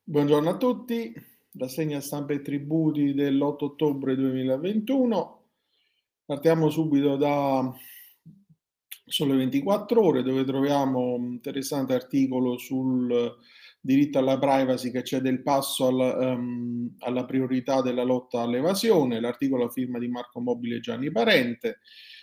Buongiorno a tutti, rassegna stampa e tributi dell'8 ottobre 2021. Partiamo subito da Sole 24 Ore, dove troviamo un interessante articolo sul diritto alla privacy che cede il passo alla priorità della lotta all'evasione. L'articolo a firma di Marco Mobile e Gianni Parente.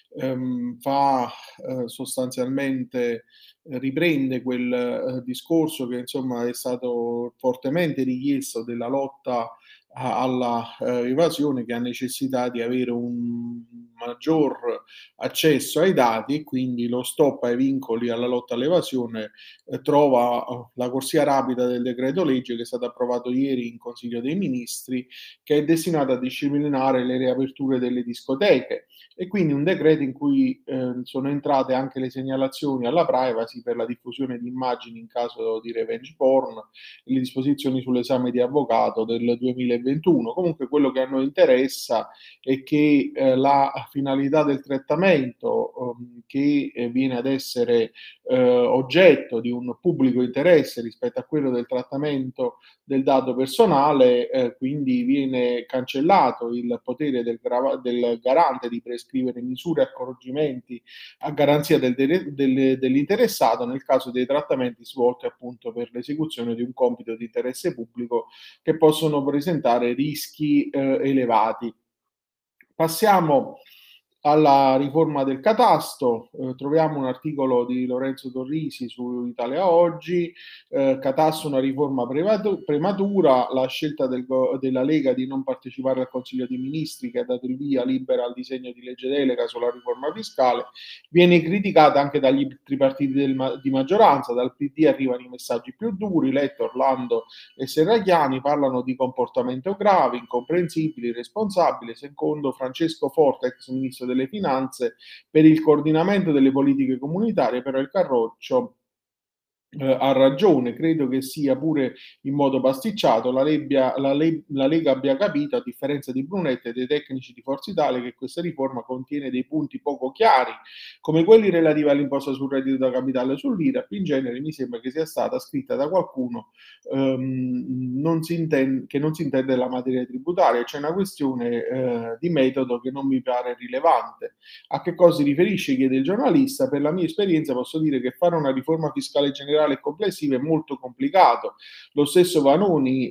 Fa sostanzialmente riprende quel discorso che insomma è stato fortemente richiesto della lotta alla evasione, che ha necessità di avere un maggior accesso ai dati, e quindi lo stop ai vincoli alla lotta all'evasione trova la corsia rapida del decreto legge che è stato approvato ieri in Consiglio dei Ministri, che è destinato a disciplinare le riaperture delle discoteche, e quindi un decreto in cui sono entrate anche le segnalazioni alla privacy per la diffusione di immagini in caso di revenge porn e le disposizioni sull'esame di avvocato del 2021. Comunque quello che a noi interessa è che la finalità del trattamento che viene ad essere oggetto di un pubblico interesse rispetto a quello del trattamento del dato personale, quindi viene cancellato il potere del garante di prescrivere misure e accorgimenti a garanzia dell'interessato nel caso dei trattamenti svolti appunto per l'esecuzione di un compito di interesse pubblico che possono presentare rischi elevati. Passiamo alla riforma del catasto. Troviamo un articolo di Lorenzo Torrisi su Italia Oggi. Catasto una riforma prematura, la scelta della Lega di non partecipare al Consiglio dei Ministri, che ha dato il via libera al disegno di legge delega sulla riforma fiscale, viene criticata anche dagli altri partiti di maggioranza. Dal PD arrivano i messaggi più duri. Letta, Orlando e Serracchiani parlano di comportamento grave, incomprensibile, irresponsabile. Secondo Francesco Forte, ex ministro delle Finanze, per il coordinamento delle politiche comunitarie, però il Carroccio ha ragione. Credo che sia pure in modo pasticciato. La Lega abbia capito, a differenza di Brunetta e dei tecnici di Forza Italia, che questa riforma contiene dei punti poco chiari, come quelli relativi all'imposta sul reddito da capitale e sull'IRAP. In genere mi sembra che sia stata scritta da qualcuno che non si intende la materia tributaria. C'è una questione di metodo che non mi pare rilevante. A che cosa si riferisce? Chiede il giornalista. Per la mia esperienza posso dire che fare una riforma fiscale generale e complessiva è molto complicato. Lo stesso Vanoni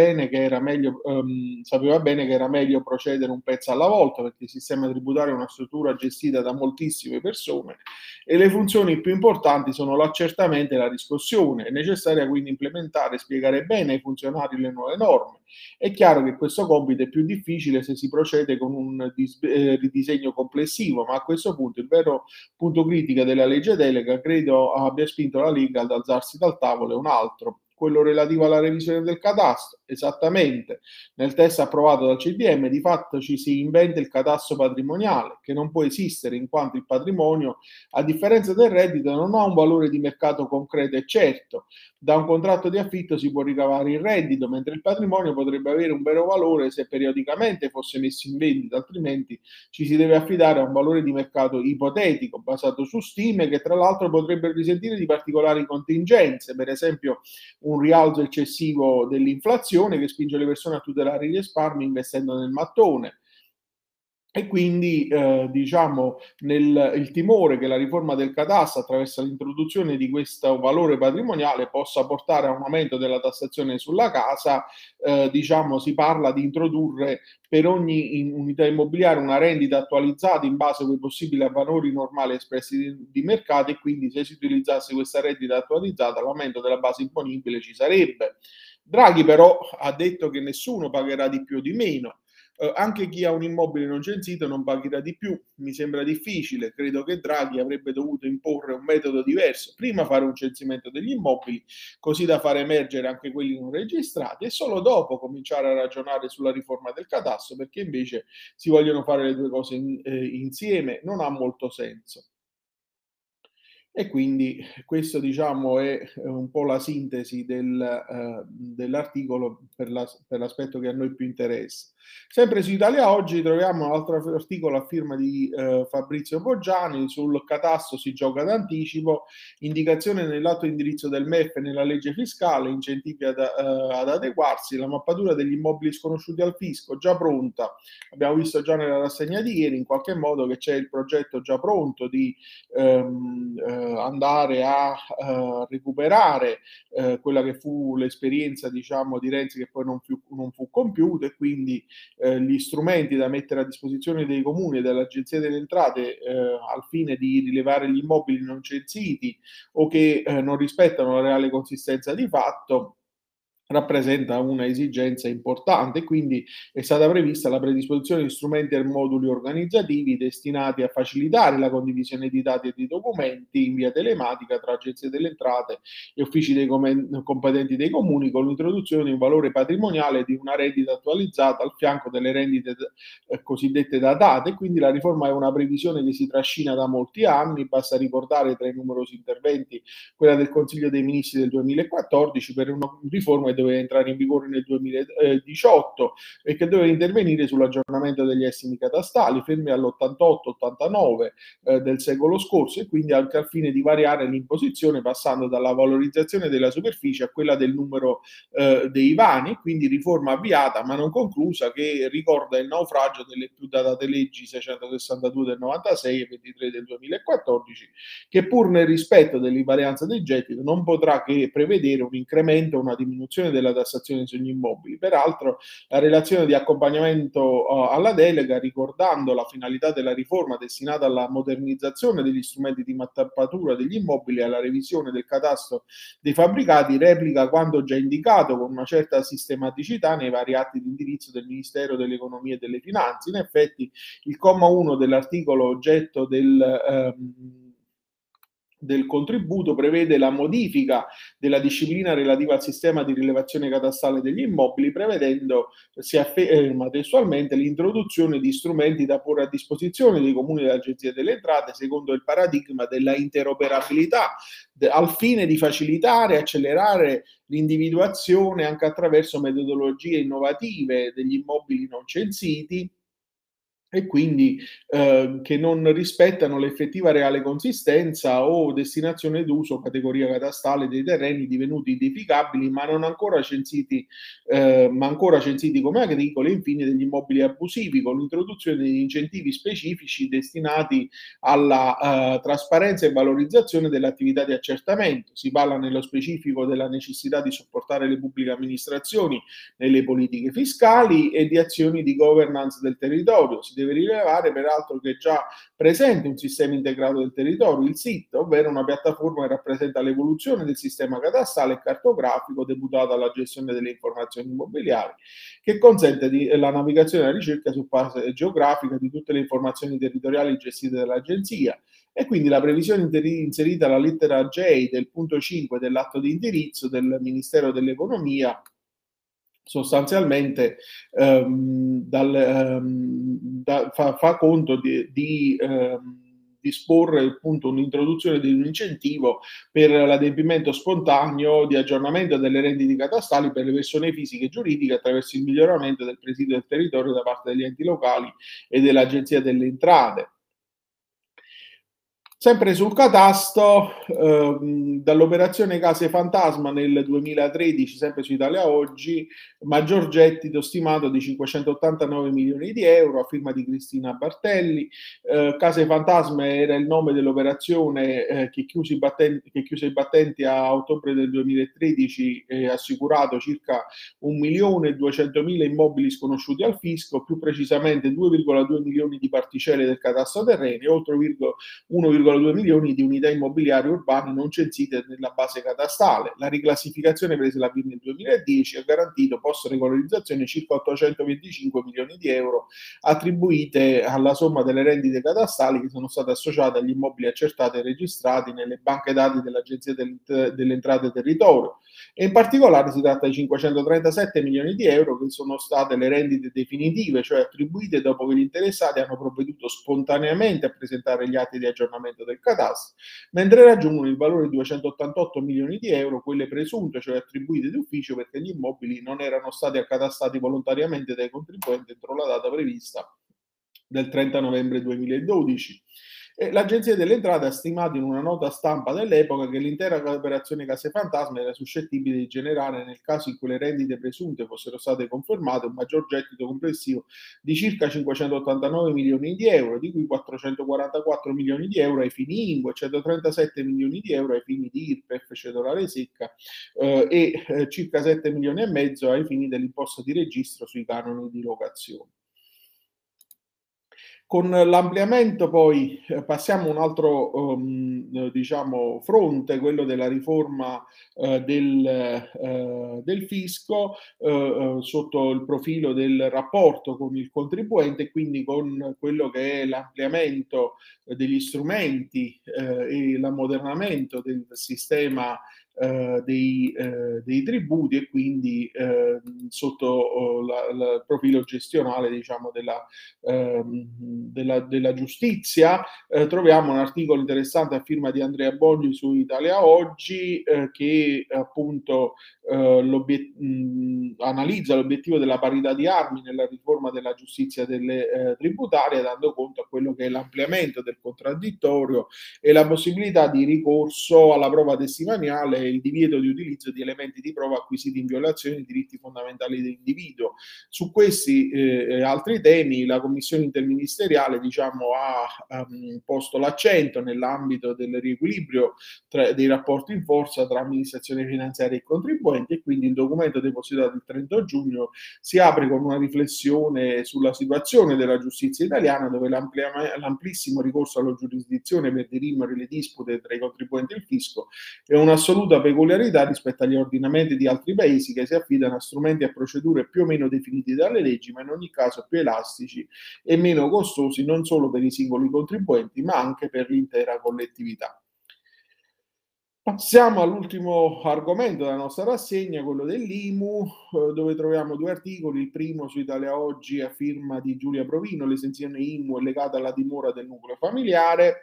sapeva bene che era meglio procedere un pezzo alla volta, perché il sistema tributario è una struttura gestita da moltissime persone e le funzioni più importanti sono l'accertamento e la riscossione. È necessario quindi implementare e spiegare bene ai funzionari le nuove norme. È chiaro che questo compito è più difficile se si procede con un ridisegno complessivo, ma a questo punto il vero punto critico della legge delega credo abbia spinto la Lega ad alzarsi dal tavolo è un altro, quello relativo alla revisione del catasto. Esattamente, nel testo approvato dal CDM di fatto ci si inventa il catasto patrimoniale, che non può esistere in quanto il patrimonio, a differenza del reddito, non ha un valore di mercato concreto e certo. Da un contratto di affitto si può ricavare il reddito, mentre il patrimonio potrebbe avere un vero valore se periodicamente fosse messo in vendita, altrimenti ci si deve affidare a un valore di mercato ipotetico, basato su stime che tra l'altro potrebbero risentire di particolari contingenze, per esempio un rialzo eccessivo dell'inflazione che spinge le persone a tutelare i risparmi investendo nel mattone. E quindi, diciamo, il timore che la riforma del catasto, attraverso l'introduzione di questo valore patrimoniale, possa portare a un aumento della tassazione sulla casa. Diciamo, si parla di introdurre per ogni unità immobiliare una rendita attualizzata in base ai possibili valori normali espressi di mercato, e quindi se si utilizzasse questa rendita attualizzata l'aumento della base imponibile ci sarebbe. Draghi però ha detto che nessuno pagherà di più o di meno. Anche chi ha un immobile non censito non pagherà di più. Mi sembra difficile. Credo che Draghi avrebbe dovuto imporre un metodo diverso. Prima fare un censimento degli immobili, così da far emergere anche quelli non registrati, e solo dopo cominciare a ragionare sulla riforma del catasto, perché invece si vogliono fare le due cose insieme. Non ha molto senso. E quindi questo diciamo è un po' la sintesi dell'articolo per l'aspetto che a noi più interessa. Sempre su Italia Oggi troviamo un altro articolo a firma di Fabrizio Boggiani sul catasto si gioca d'anticipo, indicazione nell'atto indirizzo del MEF e nella legge fiscale, incentivi ad adeguarsi, la mappatura degli immobili sconosciuti al fisco già pronta. Abbiamo visto già nella rassegna di ieri in qualche modo che c'è il progetto già pronto di andare a recuperare quella che fu l'esperienza diciamo di Renzi che poi non fu compiuta e quindi gli strumenti da mettere a disposizione dei comuni e dell'Agenzia delle Entrate al fine di rilevare gli immobili non censiti o che non rispettano la reale consistenza di fatto rappresenta una esigenza importante, quindi è stata prevista la predisposizione di strumenti e moduli organizzativi destinati a facilitare la condivisione di dati e di documenti in via telematica tra agenzie delle entrate e uffici competenti dei comuni, con l'introduzione di un valore patrimoniale di una rendita attualizzata al fianco delle rendite cosiddette datate. Quindi la riforma è una previsione che si trascina da molti anni, basta ricordare tra i numerosi interventi quella del Consiglio dei Ministri del 2014 per una riforma che doveva entrare in vigore nel 2018 e che doveva intervenire sull'aggiornamento degli estimi catastali, fermi all'88-89 del secolo scorso, e quindi anche al fine di variare l'imposizione passando dalla valorizzazione della superficie a quella del numero dei vani, quindi riforma avviata ma non conclusa che ricorda il naufragio delle più datate leggi 662 del 96 e 23 del 2014, che pur nel rispetto dell'invarianza del gettito non potrà che prevedere un incremento o una diminuzione della tassazione sugli immobili. Peraltro la relazione di accompagnamento alla delega, ricordando la finalità della riforma destinata alla modernizzazione degli strumenti di mappatura degli immobili e alla revisione del catasto dei fabbricati, replica quanto già indicato con una certa sistematicità nei vari atti di indirizzo del Ministero dell'Economia e delle Finanze. In effetti il comma 1 dell'articolo oggetto del contributo prevede la modifica della disciplina relativa al sistema di rilevazione catastale degli immobili, prevedendo, si afferma testualmente, l'introduzione di strumenti da porre a disposizione dei comuni e dell'Agenzia delle Entrate secondo il paradigma della interoperabilità, al fine di facilitare e accelerare l'individuazione anche attraverso metodologie innovative degli immobili non censiti e quindi che non rispettano l'effettiva reale consistenza o destinazione d'uso o categoria catastale dei terreni divenuti edificabili ma ancora censiti come agricoli, e infine degli immobili abusivi, con l'introduzione di incentivi specifici destinati alla trasparenza e valorizzazione dell'attività di accertamento. Si parla nello specifico della necessità di supportare le pubbliche amministrazioni nelle politiche fiscali e di azioni di governance del territorio. Si deve rilevare peraltro che è già presente un sistema integrato del territorio, il SIT, ovvero una piattaforma che rappresenta l'evoluzione del sistema catastale e cartografico deputato alla gestione delle informazioni immobiliari, che consente la navigazione e la ricerca su base geografica di tutte le informazioni territoriali gestite dall'Agenzia. E quindi la previsione inserita alla lettera J del punto 5 dell'atto di indirizzo del Ministero dell'Economia sostanzialmente fa conto di disporre appunto un'introduzione di un incentivo per l'adempimento spontaneo di aggiornamento delle rendite catastali per le persone fisiche e giuridiche attraverso il miglioramento del presidio del territorio da parte degli enti locali e dell'Agenzia delle Entrate. Sempre sul catasto, dall'operazione Case Fantasma nel 2013, sempre su Italia Oggi, maggior gettito stimato di 589 milioni di euro, a firma di Cristina Bartelli. Case Fantasma era il nome dell'operazione che chiuse i battenti a ottobre del 2013 e ha assicurato circa 1.200.000 immobili sconosciuti al fisco, più precisamente 2,2 milioni di particelle del catasto terreni, oltre 1,2 milioni di unità immobiliari urbane non censite nella base catastale. La riclassificazione presa la PIL nel 2010 ha garantito post regolarizzazione circa 825 milioni di euro attribuite alla somma delle rendite catastali che sono state associate agli immobili accertati e registrati nelle banche dati dell'Agenzia delle Entrate e Territorio. E in particolare si tratta di 537 milioni di euro che sono state le rendite definitive, cioè attribuite dopo che gli interessati hanno provveduto spontaneamente a presentare gli atti di aggiornamento regolamento del catasto, mentre raggiungono il valore di 288 milioni di euro quelle presunte, cioè attribuite d'ufficio perché gli immobili non erano stati accatastati volontariamente dai contribuenti entro la data prevista del 30 novembre 2012. L'Agenzia delle Entrate ha stimato in una nota stampa dell'epoca che l'intera operazione Case Fantasma era suscettibile di generare, nel caso in cui le rendite presunte fossero state confermate, un maggior gettito complessivo di circa 589 milioni di euro, di cui 444 milioni di euro ai fini IMU e 137 milioni di euro ai fini di IRPEF, cedolare secca, circa 7 milioni e mezzo ai fini dell'imposta di registro sui canoni di locazione. Con l'ampliamento poi passiamo a un altro diciamo fronte, quello della riforma del fisco sotto il profilo del rapporto con il contribuente e quindi con quello che è l'ampliamento degli strumenti e l'ammodernamento del sistema dei tributi e quindi sotto il profilo gestionale diciamo della giustizia. Troviamo un articolo interessante a firma di Andrea Boggi su Italia Oggi che appunto analizza l'obiettivo della parità di armi nella riforma della giustizia delle tributarie, dando conto a quello che è l'ampliamento del contraddittorio e la possibilità di ricorso alla prova testimoniale e il divieto di utilizzo di elementi di prova acquisiti in violazione dei diritti fondamentali dell'individuo. Su questi e altri temi la Commissione interministeriale diciamo, ha posto l'accento nell'ambito del riequilibrio dei rapporti in forza tra amministrazione finanziaria e contribuenti e quindi il documento depositato il 30 giugno si apre con una riflessione sulla situazione della giustizia italiana dove l'amplissimo ricorso alla giurisdizione per dirimere le dispute tra i contribuenti e il fisco è un'assoluta peculiarità rispetto agli ordinamenti di altri paesi che si affidano a strumenti e procedure più o meno definiti dalle leggi, ma in ogni caso più elastici e meno costosi non solo per i singoli contribuenti, ma anche per l'intera collettività. Passiamo all'ultimo argomento della nostra rassegna, quello dell'IMU, dove troviamo due articoli. Il primo su Italia Oggi a firma di Giulia Provino, l'esenzione IMU è legata alla dimora del nucleo familiare.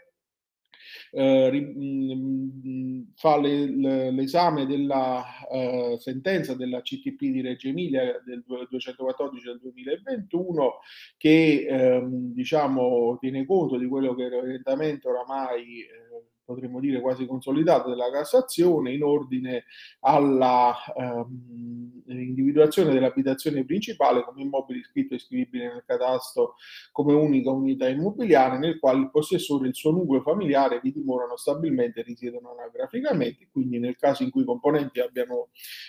Fa l'esame della sentenza della CTP di Reggio Emilia del 214 del 2021 che diciamo tiene conto di quello che era l'orientamento oramai potremmo dire quasi consolidato della Cassazione in ordine alla individuazione dell'abitazione principale come immobile iscritto e iscrivibile nel catasto come unica unità immobiliare nel quale il possessore e il suo nucleo familiare vi dimorano stabilmente e risiedono anagraficamente, quindi nel caso in cui i componenti abbiano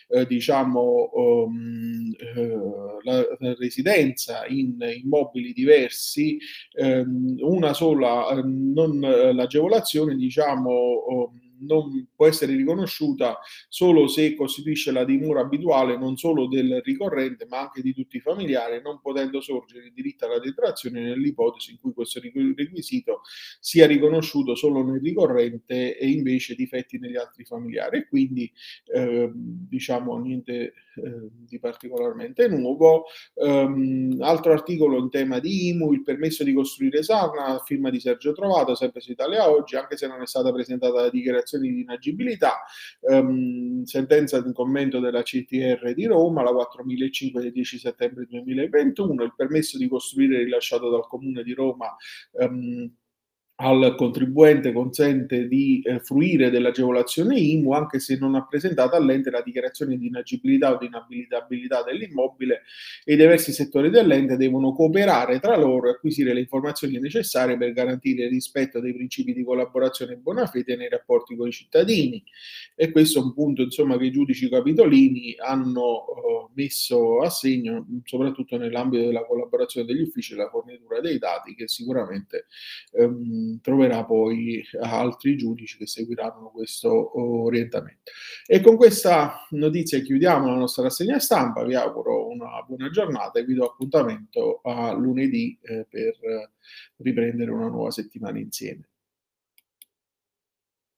la residenza in immobili diversi, una sola l'agevolazione non può essere riconosciuta solo se costituisce la dimora abituale non solo del ricorrente ma anche di tutti i familiari, non potendo sorgere il diritto alla detrazione nell'ipotesi in cui questo requisito sia riconosciuto solo nel ricorrente e invece difetti negli altri familiari e quindi diciamo niente di particolarmente nuovo. Altro articolo in tema di IMU, il permesso di costruire Sarna, firma di Sergio Trovato, sempre su Italia Oggi, anche se non è stata presentata la dichiarazione di inagibilità, sentenza di commento della CTR di Roma, la 4005 del 10 settembre 2021, il permesso di costruire rilasciato dal Comune di Roma al contribuente consente di fruire dell'agevolazione IMU anche se non ha presentato all'ente la dichiarazione di inagibilità o di inabilitabilità dell'immobile e i diversi settori dell'ente devono cooperare tra loro e acquisire le informazioni necessarie per garantire il rispetto dei principi di collaborazione e buona fede nei rapporti con i cittadini e questo è un punto insomma che i giudici capitolini hanno messo a segno soprattutto nell'ambito della collaborazione degli uffici e la fornitura dei dati che sicuramente troverà poi altri giudici che seguiranno questo orientamento. E con questa notizia chiudiamo la nostra rassegna stampa, vi auguro una buona giornata e vi do appuntamento a lunedì per riprendere una nuova settimana insieme.